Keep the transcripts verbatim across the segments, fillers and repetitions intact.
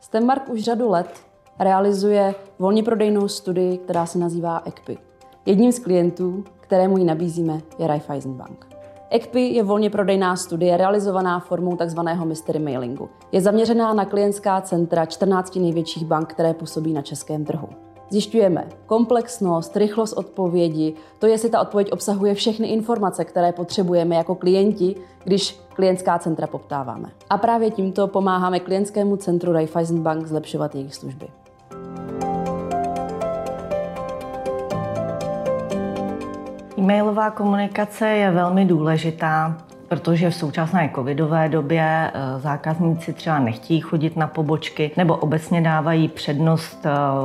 Stenmark už řadu let realizuje volně prodejnou studii, která se nazývá E K P I. Jedním z klientů, kterému ji nabízíme, je Raiffeisen Bank. E K P I je volně prodejná studie realizovaná formou tzv. Mystery mailingu. Je zaměřená na klientská centra čtrnácti největších bank, které působí na českém trhu. Zjišťujeme komplexnost, rychlost odpovědi, to jestli ta odpověď obsahuje všechny informace, které potřebujeme jako klienti, když klientská centra poptáváme. A právě tímto pomáháme klientskému centru Raiffeisen Bank zlepšovat jejich služby. E-mailová komunikace je velmi důležitá, protože v současné covidové době zákazníci třeba nechtějí chodit na pobočky nebo obecně dávají přednost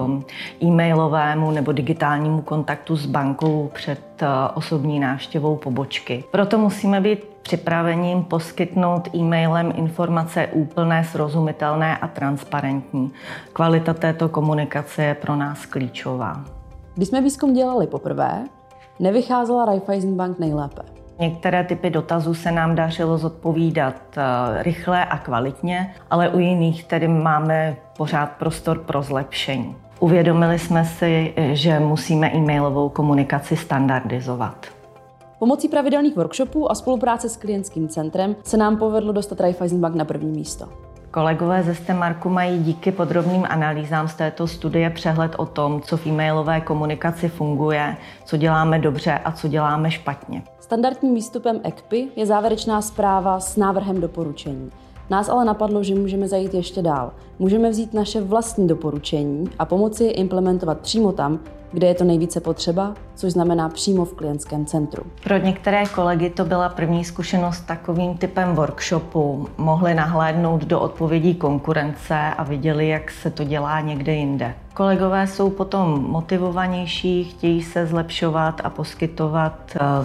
e-mailovému nebo digitálnímu kontaktu s bankou před osobní návštěvou pobočky. Proto musíme být připraveni poskytnout e-mailem informace úplné, srozumitelné a transparentní. Kvalita této komunikace je pro nás klíčová. Když jsme výzkum dělali poprvé, nevycházela Raiffeisen Bank nejlépe. Některé typy dotazů se nám dařilo zodpovídat rychle a kvalitně, ale u jiných tedy máme pořád prostor pro zlepšení. Uvědomili jsme si, že musíme e-mailovou komunikaci standardizovat. Pomocí pravidelných workshopů a spolupráce s klientským centrem se nám povedlo dostat Raiffeisen Bank na první místo. Kolegové ze Stenmarku mají díky podrobným analýzám z této studie přehled o tom, co v e-mailové komunikaci funguje, co děláme dobře a co děláme špatně. Standardním výstupem E K P I je závěrečná zpráva s návrhem doporučení. Nás ale napadlo, že můžeme zajít ještě dál. Můžeme vzít naše vlastní doporučení a pomoci je implementovat přímo tam, kde je to nejvíce potřeba, což znamená přímo v klientském centru. Pro některé kolegy to byla první zkušenost s takovým typem workshopu. Mohli nahlédnout do odpovědí konkurence a viděli, jak se to dělá někde jinde. Kolegové jsou potom motivovanější, chtějí se zlepšovat a poskytovat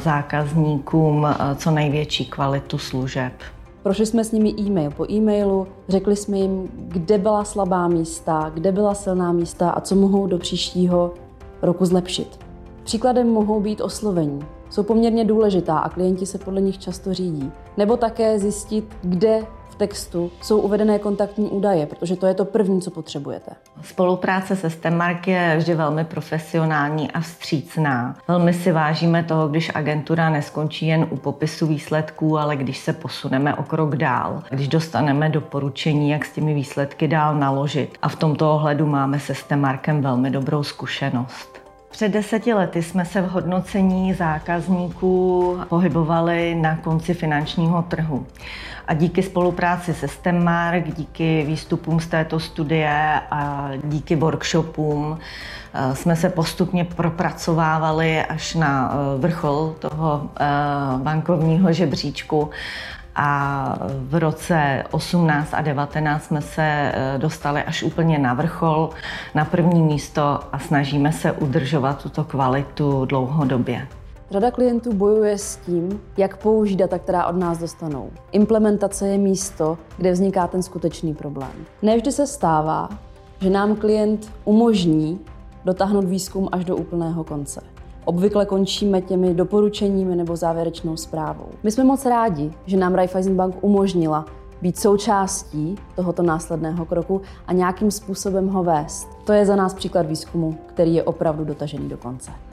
zákazníkům co největší kvalitu služeb. Prošli jsme s nimi e-mail po e-mailu, řekli jsme jim, kde byla slabá místa, kde byla silná místa a co mohou do příštího roku zlepšit. Příkladem mohou být oslovení. Jsou poměrně důležitá a klienti se podle nich často řídí. Nebo také zjistit, kde v textu jsou uvedené kontaktní údaje, protože to je to první, co potřebujete. Spolupráce se Stenmark je vždy velmi profesionální a vstřícná. Velmi si vážíme toho, když agentura neskončí jen u popisu výsledků, ale když se posuneme o krok dál, když dostaneme doporučení, jak s těmi výsledky dál naložit. A v tomto ohledu máme se Stenmarkem velmi dobrou zkušenost. Před deseti lety jsme se v hodnocení zákazníků pohybovali na konci finančního trhu. A díky spolupráci se Stenmark, díky výstupům z této studie a díky workshopům jsme se postupně propracovávali až na vrchol toho bankovního žebříčku. A v roce osmnáct a devatenáct jsme se dostali až úplně na vrchol, na první místo a snažíme se udržovat tuto kvalitu dlouhodobě. Řada klientů bojuje s tím, jak použít data, která od nás dostanou. Implementace je místo, kde vzniká ten skutečný problém. Nevždy se stává, že nám klient umožní dotáhnout výzkum až do úplného konce. Obvykle končíme těmi doporučeními nebo závěrečnou zprávou. My jsme moc rádi, že nám Raiffeisen Bank umožnila být součástí tohoto následného kroku a nějakým způsobem ho vést. To je za nás příklad výzkumu, který je opravdu dotažený do konce.